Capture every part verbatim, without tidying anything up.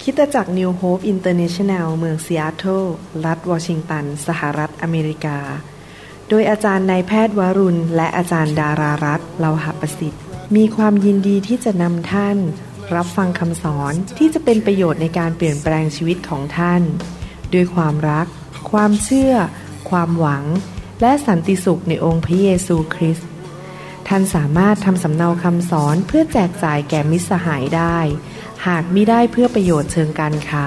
คริสตจักร New Hope International เมืองซีแอตเทิลรัฐวอชิงตันสหรัฐอเมริกาโดยอาจารย์นายแพทย์วรุณและอาจารย์ดารารัตน์เลาหประสิทธิ์มีความยินดีที่จะนำท่านรับฟังคำสอนที่จะเป็นประโยชน์ในการเปลี่ยนแปลงชีวิตของท่านด้วยความรักความเชื่อความหวังและสันติสุขในองค์พระเยซูคริสต์ท่านสามารถทำสำเนาคำสอนเพื่อแจกจ่ายแก่มิตรสหายได้หากมิได้เพื่อประโยชน์เชิงการค้า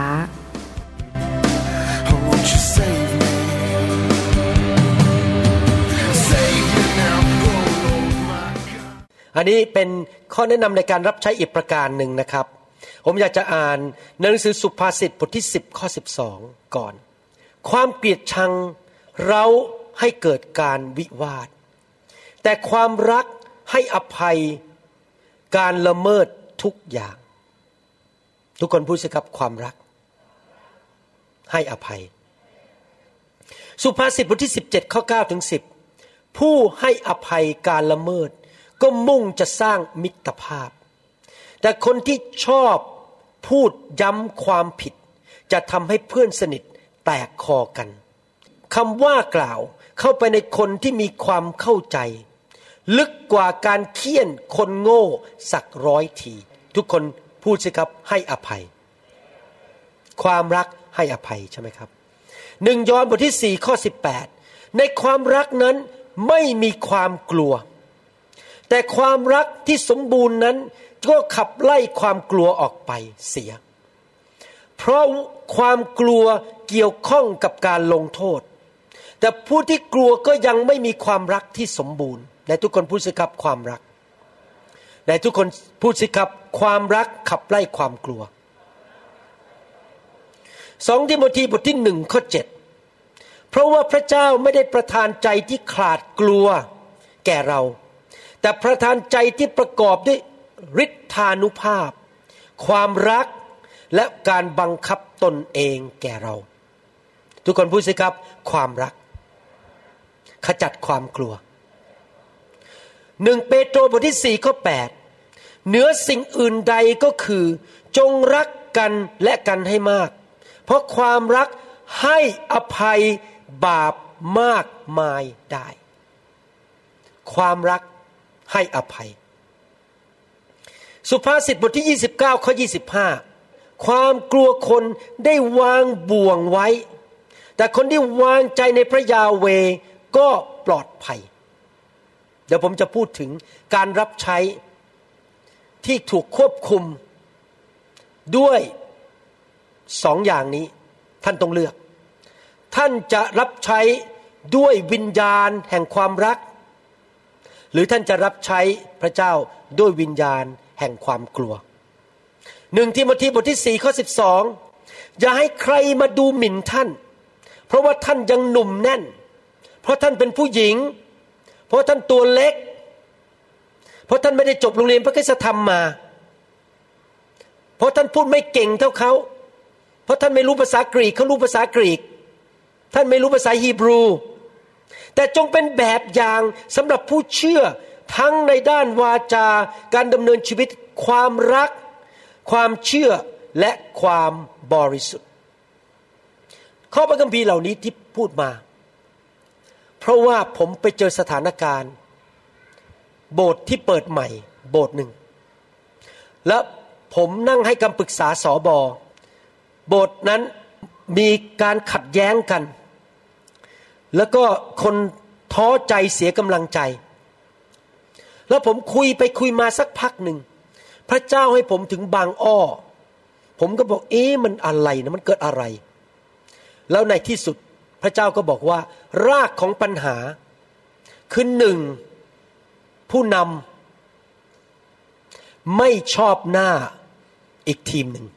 อันนี้เป็นข้อแนะนำในการรับใช้อีกประการหนึ่งนะครับผมอยากจะอ่านในหนังสือสุภาษิตบทที่สิบข้อสิบสองก่อนความเกลียดชังเร้าให้เกิดการวิวาทแต่ความรักให้อภัยการละเมิดทุกอย่างทุกคนพูดสิครับความรักให้อภัยสุภาษิตบทที่สิบเจ็ดข้อเก้าถึงสิบผู้ให้อภัยการละเมิดก็มุ่งจะสร้างมิตรภาพแต่คนที่ชอบพูดย้ำความผิดจะทำให้เพื่อนสนิทแตกคอกันคำว่ากล่าวเข้าไปในคนที่มีความเข้าใจลึกกว่าการเฆี่ยนคนโง่สักร้อยทีทุกคนพูดสิครับให้อภัยความรักให้อภัยใช่ไหมครับหนึ่งยอห์นบทที่สี่ข้อสิบแปดในความรักนั้นไม่มีความกลัวแต่ความรักที่สมบูรณ์นั้นก็ขับไล่ความกลัวออกไปเสียเพราะความกลัวเกี่ยวข้องกับการลงโทษแต่ผู้ที่กลัวก็ยังไม่มีความรักที่สมบูรณ์และทุกคนพูดสิครับความรักและทุกคนพูดสิครับความรักขับไล่ความกลัวสองทิโมธีบทที่หนึ่งข้อเจ็ดเพราะว่าพระเจ้าไม่ได้ประทานใจที่ขลาดกลัวแก่เราแต่ประทานใจที่ประกอบด้วยฤทธานุภาพความรักและการบังคับตนเองแก่เราทุกคนพูดสิครับความรักขจัดความกลัวหนึ่งเปโตรบทที่สี่ข้อแปดเหนือสิ่งอื่นใดก็คือจงรักกันและกันให้มากเพราะความรักให้อภัยบาปมากมายได้ความรักให้อภัยสุภาษิตบทที่ยี่สิบเก้าข้อยี่สิบห้าความกลัวคนได้วางบ่วงไว้แต่คนที่วางใจในพระยาเวห์ก็ปลอดภัยเดี๋ยวผมจะพูดถึงการรับใช้ที่ถูกควบคุมด้วยสองอย่างนี้ท่านต้องเลือกท่านจะรับใช้ด้วยวิญญาณแห่งความรักหรือท่านจะรับใช้พระเจ้าด้วยวิญญาณแห่งความกลัวหนึ่งทิโมธีบทที่สี่ข้อสิบสองอย่าให้ใครมาดูหมิ่นท่านเพราะว่าท่านยังหนุ่มแน่นเพราะท่านเป็นผู้หญิงเพราะท่านตัวเล็กเพราะท่านไม่ได้จบโรงเรียนพระคริสตธรรมมาเพราะท่านพูดไม่เก่งเท่าเขาเพราะท่านไม่รู้ภาษากรีกเขารู้ภาษากรีกท่านไม่รู้ภาษาฮีบรูแต่จงเป็นแบบอย่างสำหรับผู้เชื่อทั้งในด้านวาจาการดำเนินชีวิตความรักความเชื่อและความบริสุทธิ์ข้อพระคัมภีร์เหล่านี้ที่พูดมาเพราะว่าผมไปเจอสถานการณ์โบสถ์ที่เปิดใหม่โบสถ์หนึ่งแล้วผมนั่งให้คำปรึกษาสบโบสถ์นั้นมีการขัดแย้งกันแล้วก็คนท้อใจเสียกำลังใจแล้วผมคุยไปคุยมาสักพักหนึ่งพระเจ้าให้ผมถึงบางอ้อผมก็บอกเอ๊ะมันอะไรนะมันเกิดอะไรแล้วในที่สุดพระเจ้าก็บอกว่ารากของปัญหาคือหนึ่งผู้นำไม่ชอบหน้าอีกทีมหนึ่ง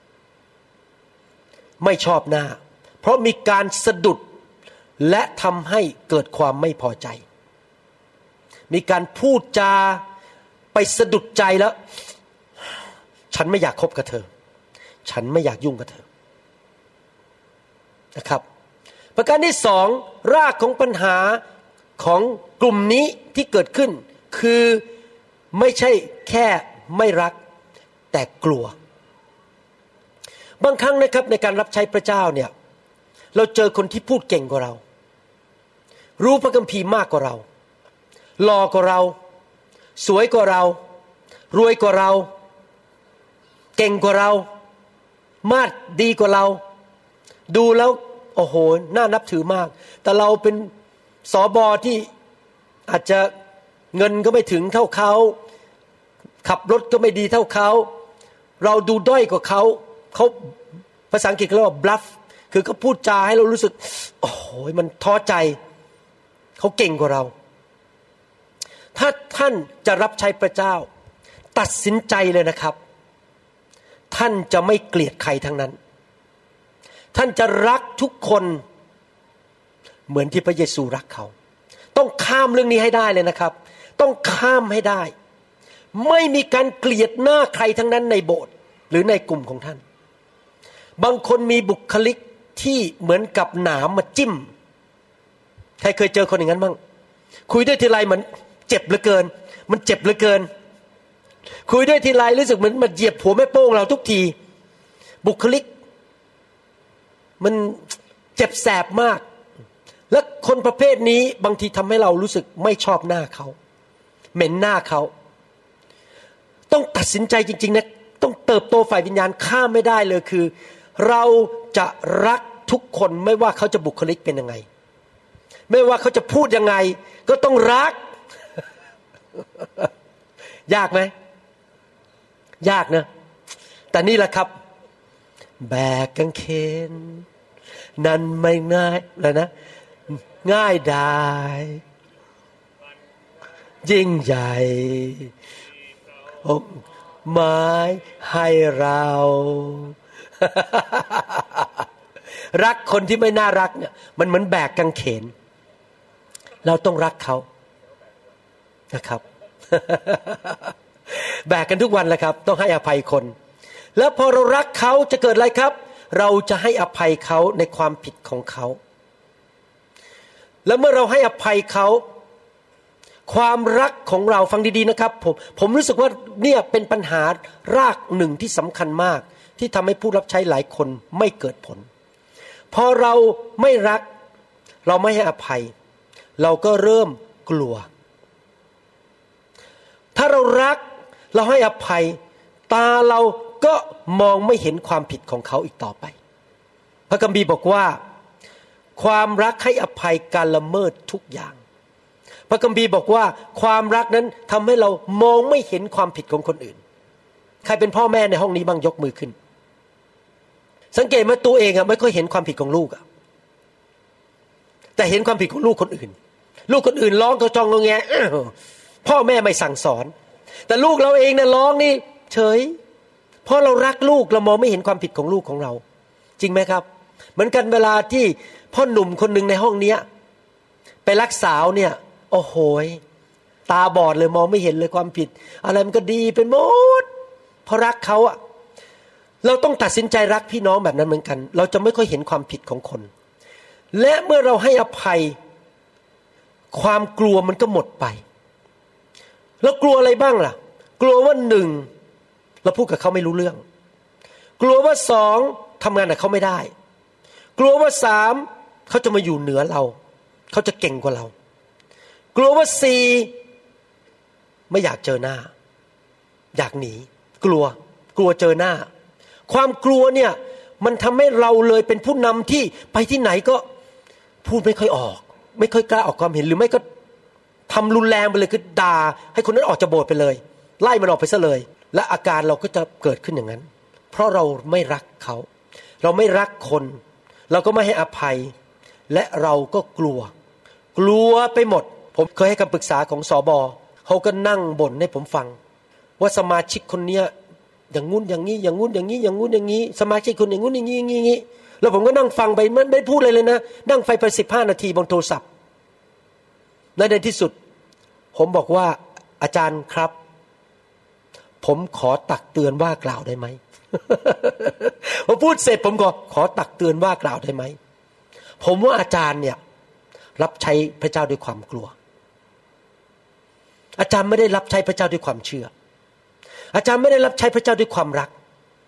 ไม่ชอบหน้าเพราะมีการสะดุดและทำให้เกิดความไม่พอใจมีการพูดจาไปสะดุดใจแล้วฉันไม่อยากคบกับเธอฉันไม่อยากยุ่งกับเธอนะครับประการที่สองรากของปัญหาของกลุ่มนี้ที่เกิดขึ้นคือไม่ใช่แค่ไม่รักแต่กลัวบางครั้งนะครับในการรับใช้พระเจ้าเนี่ยเราเจอคนที่พูดเก่งกว่าเรารู้พระคัมภีร์มากกว่าเราหล่อกว่าเราสวยกว่าเรารวยกว่าเราเก่งกว่าเรามาดดีกว่าเราดูแล้วโอ้โหน่านับถือมากแต่เราเป็นสบที่อาจจะเงินก็ไม่ถึงเท่าเขาขับรถก็ไม่ดีเท่าเขาเราดูด้อยกว่าเขาเขาภาษาอังกฤษเรียกว่า bluff คือเขาพูดจาให้เรารู้สึกโอ้โหมันท้อใจเขาเก่งกว่าเราถ้าท่านจะรับใช้พระเจ้าตัดสินใจเลยนะครับท่านจะไม่เกลียดใครทั้งนั้นท่านจะรักทุกคนเหมือนที่พระเยซูรักเขาต้องข้ามเรื่องนี้ให้ได้เลยนะครับต้องข้ามให้ได้ไม่มีการเกลียดหน้าใครทั้งนั้นในโบสถ์หรือในกลุ่มของท่านบางคนมีบุคลิกที่เหมือนกับหนามมาจิ้มใครเคยเจอคนอย่างนั้นบ้างคุยด้วยทีไรเหมือนเจ็บเหลือเกินมันเจ็บเหลือเกินคุยด้วยทีไรรู้สึกเหมือนมันเหยียบหัวแม่โป้งเราทุกทีบุคลิกมันเจ็บแสบมากและคนประเภทนี้บางทีทำให้เรารู้สึกไม่ชอบหน้าเขาเหม็นหน้าเขาต้องตัดสินใจจริงๆนะต้องเติบโตฝ่ายวิญญาณข้ามไม่ได้เลยคือเราจะรักทุกคนไม่ว่าเขาจะบุคลิกเป็นยังไงไม่ว่าเขาจะพูดยังไงก็ต้องรัก ยากไหมยากนะแต่นี่แหละครับแบกกางเขนนั้นไม่ง่ายเลยนะง่ายดายยิ่งใหญ่ไม้ให้เรา รักคนที่ไม่น่ารักเนี่ยมันเหมือนแบกกางเขนเราต้องรักเขานะครับ แบกกันทุกวันแหละครับต้องให้อภัยคนแล้วพอเรารักเขาจะเกิดอะไรครับเราจะให้อภัยเขาในความผิดของเขาแล้วเมื่อเราให้อภัยเขาความรักของเราฟังดีๆนะครับผมผมรู้สึกว่าเนี่ยเป็นปัญหารากหนึ่งที่สำคัญมากที่ทำให้ผู้รับใช้หลายคนไม่เกิดผลพอเราไม่รักเราไม่ให้อภัยเราก็เริ่มกลัวถ้าเรารักเราให้อภัยตาเราก็มองไม่เห็นความผิดของเขาอีกต่อไปพระคัมภีร์บอกว่าความรักให้อภัยการละเมิดทุกอย่างพระคัมภีร์บอกว่าความรักนั้นทำให้เรามองไม่เห็นความผิดของคนอื่นใครเป็นพ่อแม่ในห้องนี้บ้างยกมือขึ้นสังเกตว่าตัวเองอะไม่ค่อยเห็นความผิดของลูกอะแต่เห็นความผิดของลูกคนอื่นลูกคนอื่นร้องกระจองงอแงพ่อแม่ไม่สั่งสอนแต่ลูกเราเองเนี่ยร้องนี่เฉยเพราะเรารักลูกเรามองไม่เห็นความผิดของลูกของเราจริงไหมครับเหมือนกันเวลาที่พ่อหนุ่มคนหนึ่งในห้องนี้ไปรักสาวเนี่ยโอ้โหตาบอดเลยมองไม่เห็นเลยความผิดอะไรมันก็ดีไปหมดเพราะรักเขาอะเราต้องตัดสินใจรักพี่น้องแบบนั้นเหมือนกันเราจะไม่ค่อยเห็นความผิดของคนและเมื่อเราให้อภัยความกลัวมันก็หมดไปแล้วกลัวอะไรบ้างล่ะกลัวว่าหนึ่งเราพูดกับเขาไม่รู้เรื่องกลัวว่าสองทำงานกับเขาไม่ได้กลัวว่าสามเขาจะมาอยู่เหนือเราเขาจะเก่งกว่าเรากลัวว่าสี่ไม่อยากเจอหน้าอยากหนีกลัวกลัวเจอหน้าความกลัวเนี่ยมันทำให้เราเลยเป็นผู้นำที่ไปที่ไหนก็พูดไม่ค่อยออกไม่ค่อยกล้าออกความเห็นหรือไม่ก็ทำรุนแรงไปเลยคือด่าให้คนนั้นออกจากโบสถ์ไปเลยไล่มันออกไปซะเลยและอาการเราก็จะเกิดขึ้นอย่างนั้นเพราะเราไม่รักเขาเราไม่รักคนเราก็ไม่ให้อภัยและเราก็กลัวกลัวไปหมดผมเคยให้คำปรึกษาของสบเขาก็นั่งบ่นให้ผมฟังว่าสมาชิกคนเนี้ยอย่างงุ้นอย่างนี้อย่างงุ้นอย่างนี้อย่างงุ้นอย่างนี้สมาชิกคนอย่างงุ้นอย่างนี้อย่างนี้แล้วผมก็นั่งฟังไปไม่ได้พูดอะไรเลยนะนั่งไฟไปสิบห้านาทีบนโทรศัพท์และในที่สุดผมบอกว่าอาจารย์ครับผมขอตักเตือนว่ากล่าวได้ไหม พอพูดเสร็จผมก็ขอตักเตือนว่ากล่าวได้ไหมผมว่าอาจารย์เนี่ยรับใช้พระเจ้าด้วยความกลัวอาจารย์ไม่ได้รับใช้พระเจ้าด้วยความเชื่ออาจารย์ไม่ได้รับใช้พระเจ้าด้วยความรัก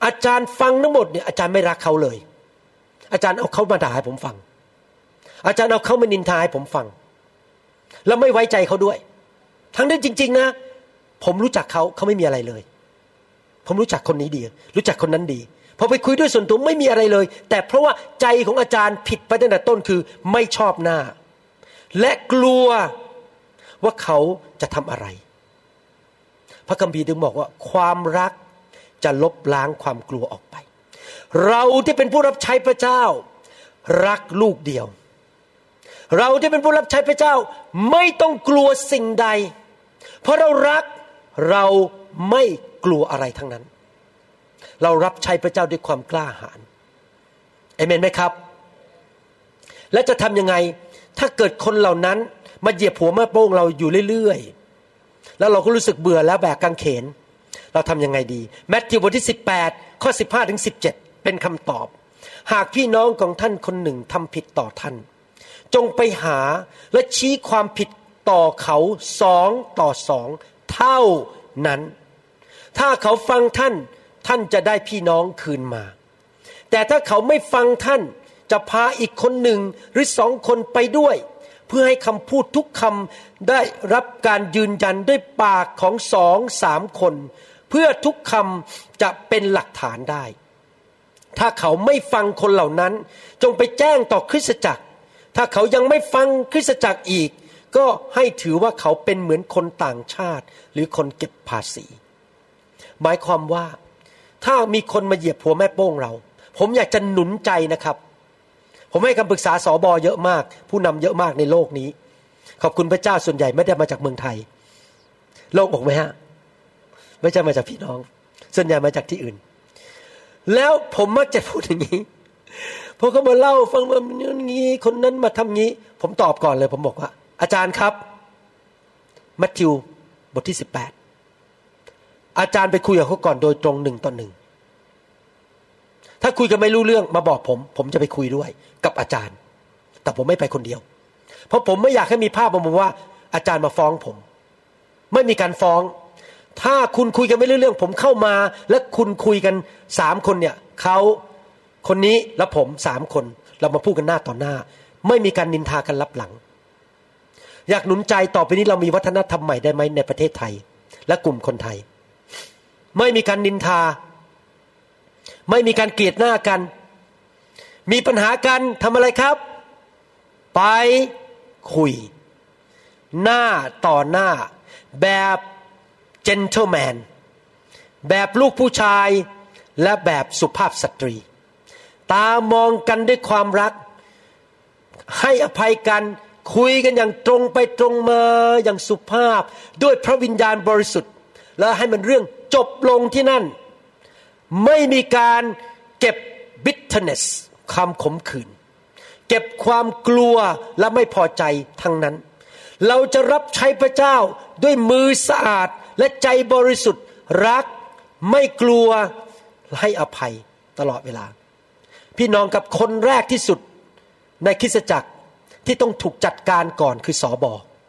อาจารย์ฟังทั้งหมดเนี่ยอาจารย์ไม่รักเขาเลยอาจารย์เอาเขามาด่าให้ผมฟังอาจารย์เอาเขามานินทาให้ผมฟังแล้วไม่ไว้ใจเขาด้วยทั้งนั้นจริงๆนะผมรู้จักเขาเขาไม่มีอะไรเลยผมรู้จักคนนี้ดีรู้จักคนนั้นดีพอไปคุยด้วยส่วนตัวไม่มีอะไรเลยแต่เพราะว่าใจของอาจารย์ผิดไปตั้งแต่ต้นคือไม่ชอบหน้าและกลัวว่าเขาจะทำอะไรพระคัมภีร์ถึงบอกว่าความรักจะลบล้างความกลัวออกไปเราที่เป็นผู้รับใช้พระเจ้ารักลูกเดียวเราที่เป็นผู้รับใช้พระเจ้าไม่ต้องกลัวสิ่งใดเพราะเรารักเราไม่กลัวอะไรทั้งนั้นเรารับใช้พระเจ้าด้วยความกล้าหาญเอเมนไหมครับและจะทำยังไงถ้าเกิดคนเหล่านั้นมาเหยียบหัวแม่โป้งเราอยู่เรื่อยๆแล้วเราก็รู้สึกเบื่อแล้วแบกกางเขนเราทำยังไงดีมัทธิวบทที่สิบแปดข้อสิบห้าถึงสิบเจ็ดเป็นคำตอบหากพี่น้องของท่านคนหนึ่งทำผิดต่อท่านจงไปหาและชี้ความผิดต่อเขาสองต่อสองเท่านั้นถ้าเขาฟังท่านท่านจะได้พี่น้องคืนมาแต่ถ้าเขาไม่ฟังท่านจะพาอีกคนหนึ่งหรือสองคนไปด้วยเพื่อให้คำพูดทุกคำได้รับการยืนยันด้วยปากของสองสามคนเพื่อทุกคำจะเป็นหลักฐานได้ถ้าเขาไม่ฟังคนเหล่านั้นจงไปแจ้งต่อคริสตจักรถ้าเขายังไม่ฟังคริสตจักรอีกก็ให้ถือว่าเขาเป็นเหมือนคนต่างชาติหรือคนเก็บภาษีหมายความว่าถ้ามีคนมาเหยียบหัวแม่โป้งเราผมอยากจะหนุนใจนะครับผมให้คำปรึกษาสบเยอะมากผู้นำเยอะมากในโลกนี้ขอบคุณพระเจ้าส่วนใหญ่ไม่ได้มาจากเมืองไทยโลกอกไหมฮะไม่ใช่มาจากพี่น้องส่วนใหญ่มาจากที่อื่นแล้วผมมักจะพูดอย่างนี้พอเขามาเล่าฟังว่าอย่างนี้คนนั้นมาทำงี้ผมตอบก่อนเลยผมบอกว่าอาจารย์ครับมัทธิวบทที่สิบแปดอาจารย์ไปคุยกับเขาก่อนโดยตรงหนึ่งต่อหนึ่งถ้าคุยกันไม่รู้เรื่องมาบอกผมผมจะไปคุยด้วยกับอาจารย์แต่ผมไม่ไปคนเดียวเพราะผมไม่อยากให้มีภาพออกมาว่าอาจารย์มาฟ้องผมไม่มีการฟ้องถ้าคุณคุยกันไม่รู้เรื่องผมเข้ามาและคุณคุยกันสามคนเนี่ยเขาคนนี้และผมสามคนเรามาพูดกันหน้าต่อหน้าไม่มีการนินทากันลับหลังอยากหนุนใจต่อไปนี้เรามีวัฒนธรรมใหม่ได้ไหมในประเทศไทยและกลุ่มคนไทยไม่มีการนินทาไม่มีการเกลียดหน้ากันมีปัญหากันทำอะไรครับไปคุยหน้าต่อหน้าแบบเจนเทิลแมนแบบลูกผู้ชายและแบบสุภาพสตรีตามองกันด้วยความรักให้อภัยกันคุยกันอย่างตรงไปตรงมาอย่างสุภาพด้วยพระวิญญาณบริสุทธิ์แล้วให้มันเรื่องจบลงที่นั่นไม่มีการเก็บ bitterness ความขมขื่นเก็บความกลัวและไม่พอใจทั้งนั้นเราจะรับใช้พระเจ้าด้วยมือสะอาดและใจบริสุทธิ์รักไม่กลัวให้อภัยตลอดเวลาพี่น้องกับคนแรกที่สุดในคริสตจักรที่ต้องถูกจัดการก่อนคือสบ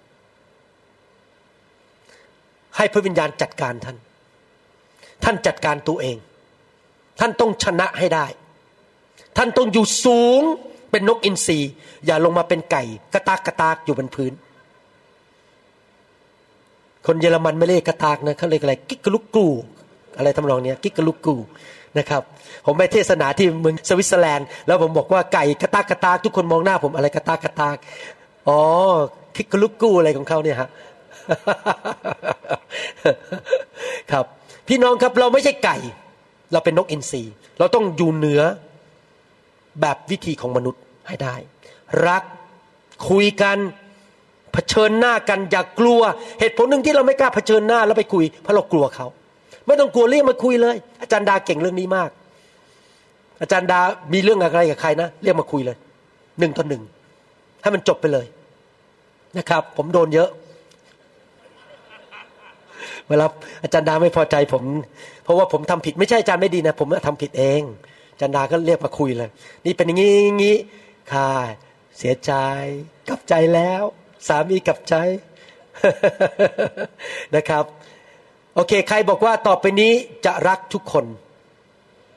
ให้พระวิญญาณจัดการท่านท่านจัดการตัวเองท่านต้องชนะให้ได้ท่านต้องอยู่สูงเป็นนกอินทรีอย่าลงมาเป็นไก่กระตากกระตากอยู่บนพื้นคนเยอรมันไม่เรียกกระตากนะเขาเรียกอะไรกิ๊กกะลุกกูอะไรทำนองนี้กิ๊กกะลุกกูนะครับผมไปเทศนาที่เมืองสวิตเซอร์แลนด์แล้วผมบอกว่าไก่กระตากกระตากทุกคนมองหน้าผมอะไรกระตากกระตากอ๋อกิ๊กกะลุกกูอะไรของเขาเนี่ยฮะ ครับพี่น้องครับเราไม่ใช่ไก่เราเป็นนกอินทรีเราต้องอยู่เหนือแบบวิธีของมนุษย์ให้ได้รักคุยกันเผชิญหน้ากันอย่ากลัวเหตุผลหนึ่งที่เราไม่กล้าเผชิญหน้าแล้วไปคุยเพราะเรากลัวเขาไม่ต้องกลัวเรียกมาคุยเลยอาจารย์ดาเก่งเรื่องนี้มากอาจารย์ดามีเรื่องอะไรกับใครนะเรียกมาคุยเลยหนึ่งต่อหนึ่งให้มันจบไปเลยนะครับผมโดนเยอะเวลาอาจารย์ดาไม่พอใจผมเพราะว่าผมทำผิดไม่ใช่อาจารย์ไม่ดีนะผมทำผิดเองอาจารย์ดาก็เรียกมาคุยเลยนี่เป็นอย่างนี้อย่างนี้ค่ะเสียใจกลับใจแล้วสามีกลับใจ นะครับโอเคใครบอกว่าต่อไปนี้จะรักทุกคน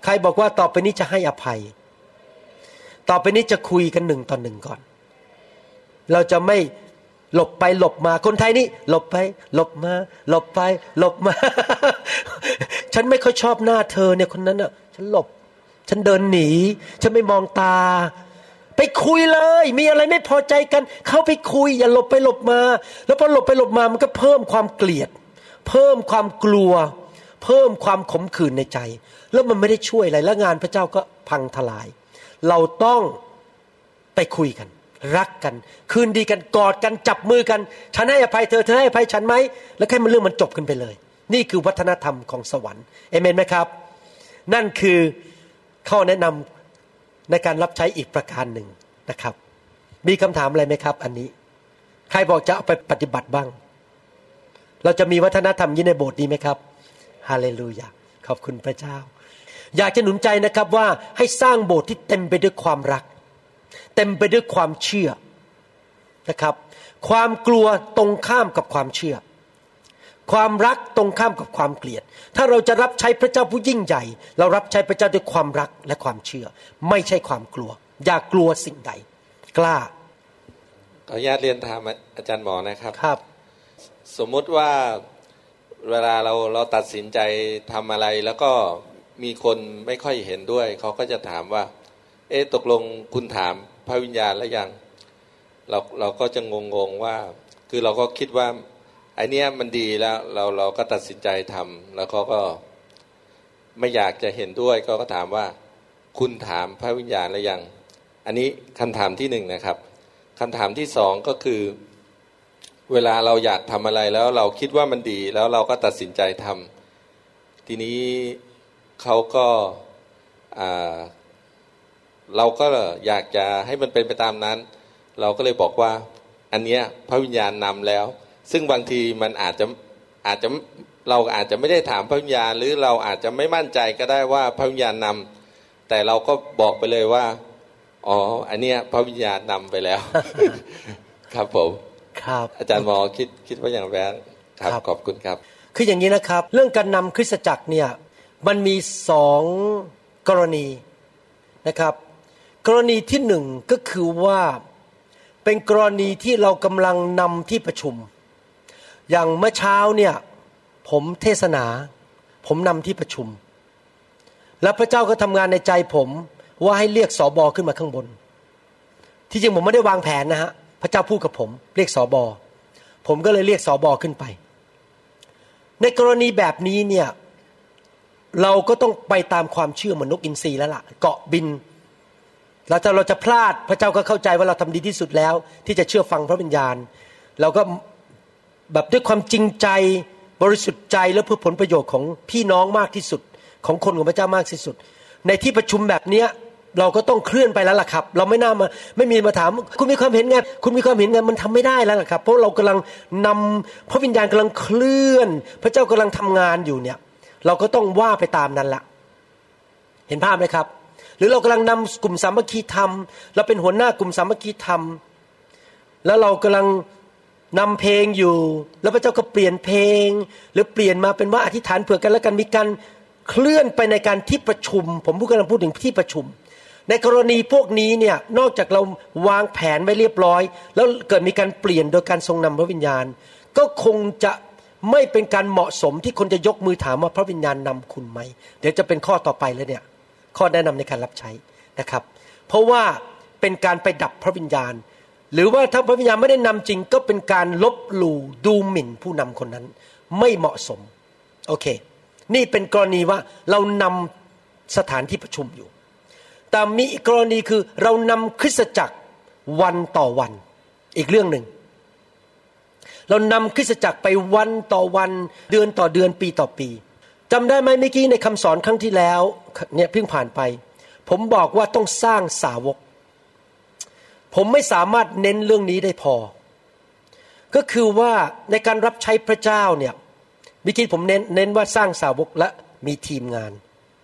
ใครบอกว่าต่อไปนี้จะให้อภัยต่อไปนี้จะคุยกันหนึ่งต่อหนึ่งก่อนเราจะไม่หลบไปหลบมาคนไทยนี่หลบไปหลบมาหลบไปหลบมา ฉันไม่ค่อยชอบหน้าเธอเนี่ยคนนั้นน่ะฉันหลบฉันเดินหนีฉันไม่มองตาไปคุยเลยมีอะไรไม่พอใจกันเข้าไปคุยอย่าหลบไปหลบมาแล้วพอหลบไปหลบมามันก็เพิ่มความเกลียดเพิ่มความกลัวเพิ่มความขมขื่นในใจแล้วมันไม่ได้ช่วยอะไรและงานพระเจ้าก็พังทลายเราต้องไปคุยกันรักกันคืนดีกันกอดกันจับมือกันฉันให้อภัยเธอเธอให้อภัยฉันไหมแล้วให้มันเรื่องมันจบกันไปเลยนี่คือวัฒนธรรมของสวรรค์เอเมนไหมครับนั่นคือข้อแนะนำในการรับใช้อีกประการหนึ่งนะครับมีคำถามอะไรไหมครับอันนี้ใครบอกจะเอาไปปฏิบัติบ้างเราจะมีวัฒนธรรมนี้ในโบสถ์ดีไหมครับฮาเลลูยาขอบคุณพระเจ้าอยากจะหนุนใจนะครับว่าให้สร้างโบสถ์ที่เต็มไปด้วยความรักเต็มไปด้วยความเชื่อนะครับความกลัวตรงข้ามกับความเชื่อความรักตรงข้ามกับความเกลียดถ้าเราจะรับใช้พระเจ้าผู้ยิ่งใหญ่เรารับใช้พระเจ้าด้วยความรักและความเชื่อไม่ใช่ความกลัวอย่ากลัวสิ่งใดกล้าขออนุญาตเรียนถามอาจารย์หมอนะครับครับสมมุติว่าเวลาเราเราตัดสินใจทำอะไรแล้วก็มีคนไม่ค่อยเห็นด้วยเขาก็จะถามว่าเอ๊ะตกลงคุณถามพระวิญญาณแล้วยังเราเราก็จะงงๆว่าคือเราก็คิดว่าไอ้นี้มันดีแล้วเราเราก็ตัดสินใจทำแล้วเขาก็ไม่อยากจะเห็นด้วยก็ก็ถามว่าคุณถามพระวิญญาณแล้วยังอันนี้คำถามที่หนึ่งนะครับคำถามที่สองก็คือเวลาเราอยากทำอะไรแล้วเราคิดว่ามันดีแล้วเราก็ตัดสินใจทำทีนี้เขาก็อ่าเราก็อยากจะให้มันเป็นไปตามนั้นเราก็เลยบอกว่าอันเนี้ยพระวิญญาณนำแล้วซึ่งบางทีมันอาจจะอาจจะเราอาจจะไม่ได้ถามพระวิญญาณหรือเราอาจจะไม่มั่นใจก็ได้ว่าพระวิญญาณนำแต่เราก็บอกไปเลยว่าอ๋ออันเนี้ยพระวิญญาณนำไปแล้ว ครับผมครับอาจารย์หมอคิดคิดว่าอย่างไรครับขอบคุณครับคืออย่างนี้นะครับเรื่องการนำคริสตจักรเนี่ยมันมีสองกรณีนะครับกรณีที่หนึ่งก็คือว่าเป็นกรณีที่เรากำลังนำที่ประชุมอย่างเมื่อเช้าเนี่ยผมเทศนาผมนำที่ประชุมแล้วพระเจ้าก็ทำงานในใจผมว่าให้เรียกสบขึ้นมาข้างบนที่จริงผมไม่ได้วางแผนนะฮะพระเจ้าพูดกับผมเรียกสบผมก็เลยเรียกสบขึ้นไปในกรณีแบบนี้เนี่ยเราก็ต้องไปตามความเชื่อเหมือนนกอินทรีแล้วล่ะเกาะบินแล้วถ้าเราจะพลาดพระเจ้าก็เข้าใจว่าเราทำดีที่สุดแล้วที่จะเชื่อฟังพระวิญญาณเราก็แบบด้วยความจริงใจบริสุทธิ์ใจและเพื่อผลประโยชน์ของพี่น้องมากที่สุดของคนของพระเจ้ามากที่สุดในที่ประชุมแบบนี้เราก็ต้องเคลื่อนไปแล้วล่ะครับเราไม่น่ามาไม่มีมาถามคุณมีความเห็นไงคุณมีความเห็นไงมันทำไม่ได้แล้วล่ะครับเพราะเรากำลังนำพระวิญญาณกำลังเคลื่อนพระเจ้ากำลังทำงานอยู่เนี่ยเราก็ต้องว่าไปตามนั้นละเห็นภาพไหมครับหรือเรากำลังนำกลุ่มสามัคคีธรรมเราเป็นหัวหน้ากลุ่มสามัคคีธรรมแล้วเรากำลังนำเพลงอยู่แล้วพระเจ้าก็เปลี่ยนเพลงหรือเปลี่ยนมาเป็นว่าอธิษฐานเผื่อกันแล้วกันมีการเคลื่อนไปในการที่ประชุมผมพูดกำลังพูดถึงที่ประชุมในกรณีพวกนี้เนี่ยนอกจากเราวางแผนไว้เรียบร้อยแล้วเกิดมีการเปลี่ยนโดยการทรงนำพระวิญญาณก็คงจะไม่เป็นการเหมาะสมที่คนจะยกมือถามว่าพระวิญญาณนำคุณไหมเดี๋ยวจะเป็นข้อต่อไปแล้วเนี่ยข้อแนะนำในการรับใช้นะครับเพราะว่าเป็นการไปดับพระวิญญาณหรือว่าถ้าพระวิญญาณไม่ได้นำจริงก็เป็นการลบหลู่ดูหมิ่นผู้นำคนนั้นไม่เหมาะสมโอเคนี่เป็นกรณีว่าเรานำสถานที่ประชุมอยู่แต่มีอีกกรณีคือเรานำคริสตจักรวันต่อวันอีกเรื่องหนึ่งเรานำคริสตจักรไปวันต่อวันเดือนต่อเดือนปีต่อปีจำได้ไหมเมื่อกี้ในคำสอนครั้งที่แล้วเนี่ยเพิ่งผ่านไปผมบอกว่าต้องสร้างสาวกผมไม่สามารถเน้นเรื่องนี้ได้พอก็คือว่าในการรับใช้พระเจ้าเนี่ยเมื่อกี้ผมเน้นเน้นว่าสร้างสาวกและมีทีมงาน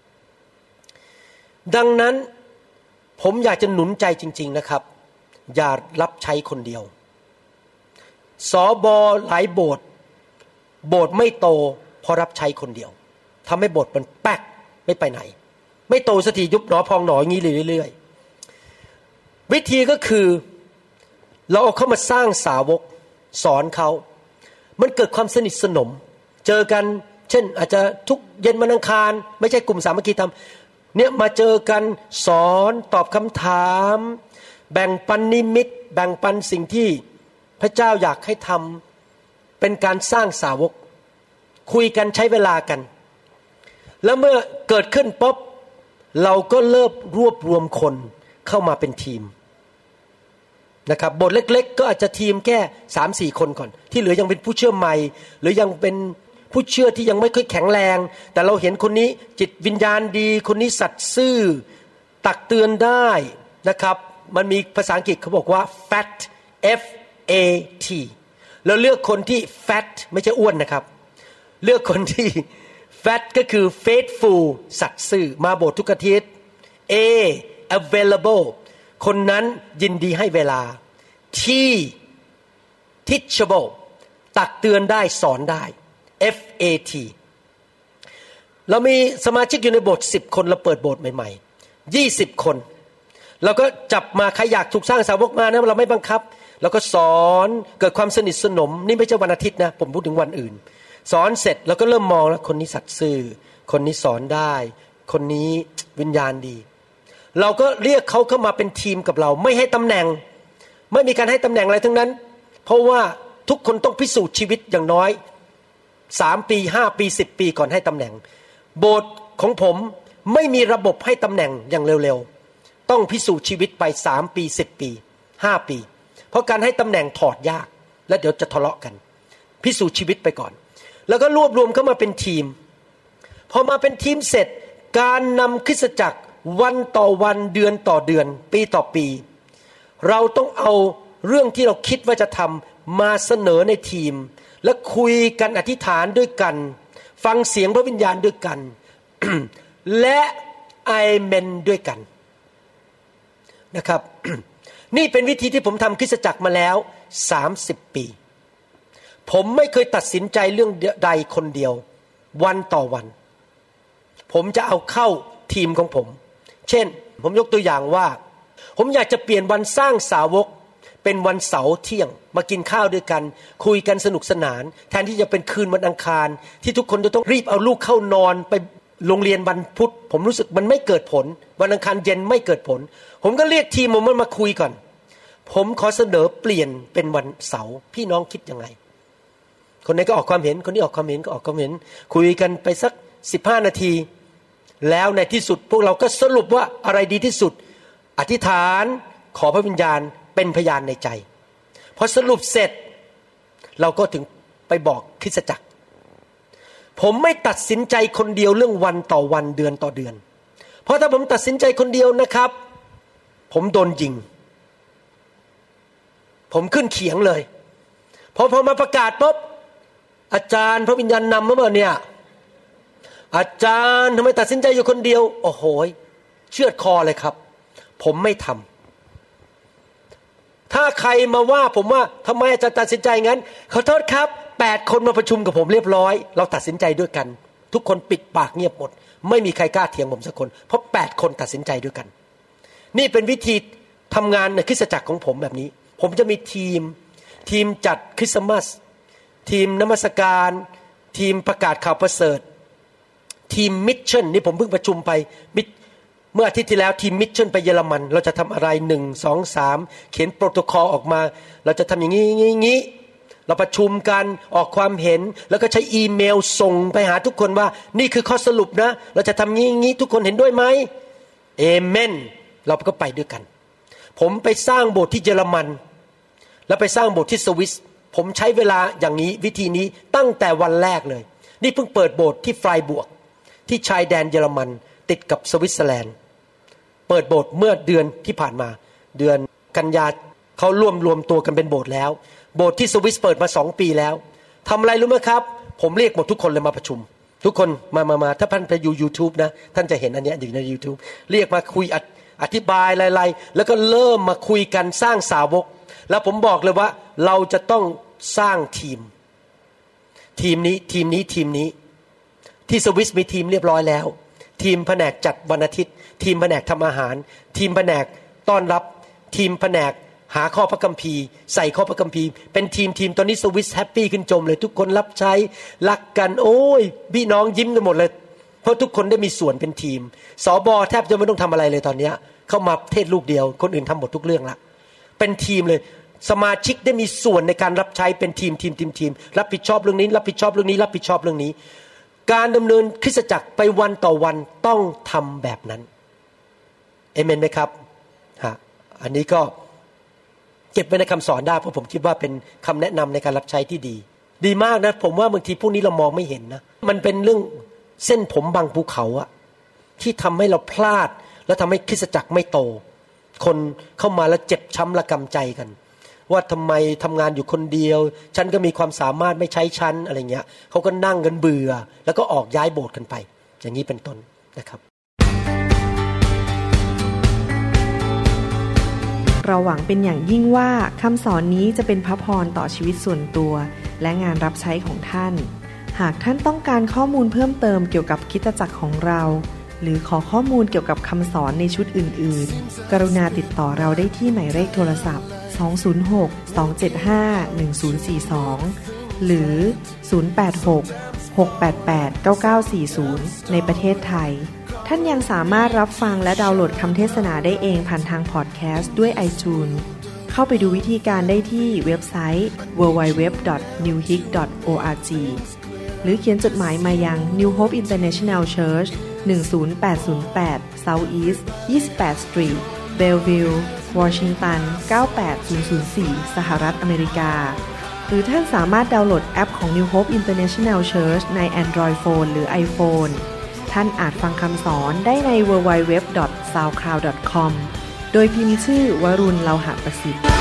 ดังนั้นผมอยากจะหนุนใจจริงๆนะครับอย่ารับใช้คนเดียวสบหลายโบสถ์โบสถ์ไม่โตเพราะรับใช้คนเดียวทำให้โบสถ์มันแป๊กไม่ไปไหนไม่โตสักทียุบหนอพองหนออย่างนี้เรื่อยๆวิธีก็คือเราเอาเข้ามาสร้างสาวกสอนเขามันเกิดความสนิทสนมเจอกันเช่นอาจจะทุกเย็นวันอังคารไม่ใช่กลุ่มสามัคคีธรรมเนี่ยมาเจอกันสอนตอบคำถามแบ่งปันนิมิตแบ่งปันสิ่งที่พระเจ้าอยากให้ทำเป็นการสร้างสาวกคุยกันใช้เวลากันแล้วเมื่อเกิดขึ้นปุ๊บเราก็เริ่มรวบรวมคนเข้ามาเป็นทีมนะครับบทเล็กๆก็อาจจะทีมแค่ สามสี่ คนก่อนที่เหลือยังเป็นผู้เชื่อใหม่หรือยังเป็นผู้เชื่อที่ยังไม่ค่อยแข็งแรงแต่เราเห็นคนนี้จิตวิญญาณดีคนนี้สัตย์ซื่อตักเตือนได้นะครับมันมีภาษาอังกฤษเขาบอกว่า fat f a t แล้วเลือกคนที่ fat ไม่ใช่อ้วนนะครับเลือกคนที่ fat ก็คือ faithful สัตย์ซื่อมาโบสถ์ทุกอาทิตย์ a available คนนั้นยินดีให้เวลา t teachable ตักเตือนได้สอนได้ F A T เรามีสมาชิกอยู่ในโบสถ์สิบคนเราเปิดโบสถ์ใหม่ๆยี่สิบคนเราก็จับมาใครอยากถูกสร้างสาวกมานะเราไม่บังคับเราก็สอนเกิดความสนิทสนมนี่ไม่ใช่วันอาทิตย์นะผมพูดถึงวันอื่นสอนเสร็จเราก็เริ่มมองแล้วคนนี้สัตย์ซื่อคนนี้สอนได้คนนี้วิญญาณดีเราก็เรียกเขาเข้ามาเป็นทีมกับเราไม่ให้ตำแหน่งไม่มีการให้ตำแหน่งอะไรทั้งนั้นเพราะว่าทุกคนต้องพิสูจน์ชีวิตอย่างน้อยสามปีห้าปีสิบปีก่อนให้ตำแหน่งโบสถ์ของผมไม่มีระบบให้ตำแหน่งอย่างเร็วๆต้องพิสูจน์ชีวิตไปสามปีสิบปีห้าปีเพราะการให้ตำแหน่งถอดยากและเดี๋ยวจะทะเลาะกันพิสูจน์ชีวิตไปก่อนแล้วก็รวบรวมเข้ามาเป็นทีมพอมาเป็นทีมเสร็จการนำคริสตจักรวันต่อวันเดือนต่อเดือนปีต่อปีเราต้องเอาเรื่องที่เราคิดว่าจะทำมาเสนอในทีมและคุยกันอธิษฐานด้วยกันฟังเสียงพระวิญญาณด้วยกัน และอาเมนด้วยกันนะครับ นี่เป็นวิธีที่ผมทำคริสตจักรมาแล้วสามสิบปีผมไม่เคยตัดสินใจเรื่องใดคนเดียววันต่อวันผมจะเอาเข้าทีมของผมเช่นผมยกตัวอย่างว่าผมอยากจะเปลี่ยนวันสร้างสาวกเป็นวันเสาร์เที่ยงมากินข้าวด้วยกันคุยกันสนุกสนานแทนที่จะเป็นคืนวันอังคารที่ทุกคนจะต้องรีบเอาลูกเข้านอนไปโรงเรียนวันพุธผมรู้สึกมันไม่เกิดผลวันอังคารเย็นไม่เกิดผลผมก็เรียกทีมผมมาคุยก่อนผมขอเสนอเปลี่ยนเป็นวันเสาร์พี่น้องคิดยังไงคนไหนก็ออกความเห็นคนนี้ออกความเห็นก็ออกความเห็นคุยกันไปสักสิบห้านาทีแล้วในที่สุดพวกเราก็สรุปว่าอะไรดีที่สุดอธิษฐานขอพระวิญญาณเป็นพยานในใจพอสรุปเสร็จเราก็ถึงไปบอกคริสตจักรผมไม่ตัดสินใจคนเดียวเรื่องวันต่อวันเดือนต่อเดือนเพราะถ้าผมตัดสินใจคนเดียวนะครับผมโดนยิงผมขึ้นเขียงเลยพอพอมาประกาศปุ๊บอาจารย์พระวิญญาณนำมาเมื่อเนี่ยอาจารย์ทำไมตัดสินใจอยู่คนเดียวโอ้โหเชือดคอเลยครับผมไม่ทำถ้าใครมาว่าผมว่าทำไมอาจารย์ตัดสินใจงั้นขอโทษครับแปดคนมาประชุมกับผมเรียบร้อยเราตัดสินใจด้วยกันทุกคนปิดปากเงียบหมดไม่มีใครกล้าเถียงผมสักคนเพราะแปดคนตัดสินใจด้วยกันนี่เป็นวิธีทำงานในคริสตจักรของผมแบบนี้ผมจะมีทีมทีมจัดคริสต์มาสทีมนมัสการทีมประกาศข่าวประเสริฐทีมมิชชั่นนี่ผมเพิ่งประชุมไปเมื่ออาทิตย์ที่แล้วทีมมิชชั่นไปเยอรมันเราจะทำอะไรหนึ่ง สอง สามเขียนโปรโตคอลออกมาเราจะทำอย่างนี้อย่างนี้เราประชุมกันออกความเห็นแล้วก็ใช้อีเมลส่งไปหาทุกคนว่านี่คือข้อสรุปนะเราจะทำอย่างนี้ทุกคนเห็นด้วยไหมเอเมนเราก็ไปด้วยกันผมไปสร้างโบสถ์ที่เยอรมันแล้วไปสร้างโบสถ์ที่สวิสผมใช้เวลาอย่างนี้วิธีนี้ตั้งแต่วันแรกเลยนี่เพิ่งเปิดโบสถ์ที่ไฟบวกที่ชายแดนเยอรมันติดกับสวิตเซอร์แลนด์เปิดโบสถ์เมื่อเดือนที่ผ่านมาเดือนกันยาเขาร่วมรวมตัวกันเป็นโบสถ์แล้วโบสถ์ที่สวิสเปิดมาสองปีแล้วทำอะไรรู้ไหมครับผมเรียกหมดทุกคนเลยมาประชุมทุกคนมามามาถ้าท่านไปดู YouTube นะท่านจะเห็นอันนี้อยู่ใน YouTube เรียกมาคุยอธิบายอะไรๆแล้วก็เริ่มมาคุยกันสร้างสาวกแล้วผมบอกเลยว่าเราจะต้องสร้างทีมทีมนี้ทีมนี้ทีมนี้ที่สวิสมีทีมเรียบร้อยแล้วทีมแผนกจัดวันอาทิตย์ทีมแผนกทำอาหารทีมแผนกต้อนรับทีมแผนกหาข้อพระคัมภีร์ใส่ข้อพระคัมภีร์เป็นทีมทีมตอนนี้สวิสแฮปปี้ขึ้นจมเลยทุกคนรับใช้รักกันโอ้ยพี่น้องยิ้มกันหมดเลยเพราะทุกคนได้มีส่วนเป็นทีมสบแทบจะไม่ต้องทำอะไรเลยตอนนี้เข้ามาเทศลูกเดียวคนอื่นทำหมดทุกเรื่องละเป็นทีมเลยสมาชิกได้มีส่วนในการรับใช้เป็นทีมทีมทีมทีมรับผิดชอบเรื่องนี้รับผิดชอบเรื่องนี้รับผิดชอบเรื่องนี้การดำเนินคริสตจักรไปวันต่อวันต้องทำแบบนั้นเอเมนไหมครับฮะอันนี้ก็เก็บไว้ในคำสอนได้เพราะผมคิดว่าเป็นคำแนะนำในการรับใช้ที่ดีดีมากนะผมว่าบางทีพวกนี้เรามองไม่เห็นนะมันเป็นเรื่องเส้นผมบางภูเขาอะที่ทำให้เราพลาดแล้วทำให้คริสตจักรไม่โตคนเข้ามาแล้วเจ็บช้ำระกำใจกันว่าทำไมทำงานอยู่คนเดียวฉันก็มีความสามารถไม่ใช้ฉันอะไรเงี้ยเขาก็นั่งกันเบื่อแล้วก็ออกย้ายโบสถ์กันไปอย่างนี้เป็นต้นนะครับเราหวังเป็นอย่างยิ่งว่าคำสอนนี้จะเป็นพระพรต่อชีวิตส่วนตัวและงานรับใช้ของท่านหากท่านต้องการข้อมูลเพิ่มเติมเกี่ยวกับคริสตจักรของเราหรือขอข้อมูลเกี่ยวกับคำสอนในชุดอื่นๆกรุณาติดต่อเราได้ที่หมายเลขโทรศัพท์สอง ศูนย์ หก สอง เจ็ด ห้า หนึ่ง ศูนย์ สี่ สองหรือศูนย์ แปด หก หก แปด แปด เก้า เก้า สี่ ศูนย์ในประเทศไทยท่านยังสามารถรับฟังและดาวน์โหลดคำเทศนาได้เองผ่านทางพอดแคสต์ด้วย iTunes เข้าไปดูวิธีการได้ที่เว็บไซต์ ดับเบิลยู ดับเบิลยู ดับเบิลยู ดอท นิว โฮป ดอท โอ อาร์ จี หรือเขียนจดหมายมายัง New Hope International Church หนึ่ง ศูนย์ แปด ศูนย์ แปด South East ยี่สิบแปด Street Bellevue Washington เก้า แปด ศูนย์ ศูนย์ สี่ สหรัฐอเมริกาหรือท่านสามารถดาวน์โหลดแอปของ New Hope International Church ใน Android Phone หรือ iPhone ท่านอาจฟังคำสอนได้ใน ดับเบิลยู ดับเบิลยู ดับเบิลยู ดอท ซาวด์คลาวด์ ดอท คอม โดยพิมพ์ชื่อวรุณ เลาหะประสิทธิ์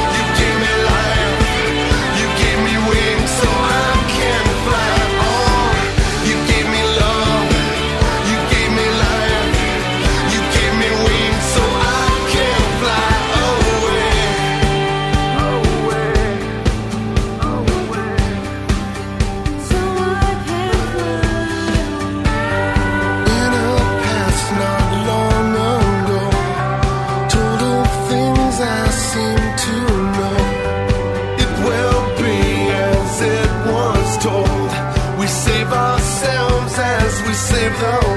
Save the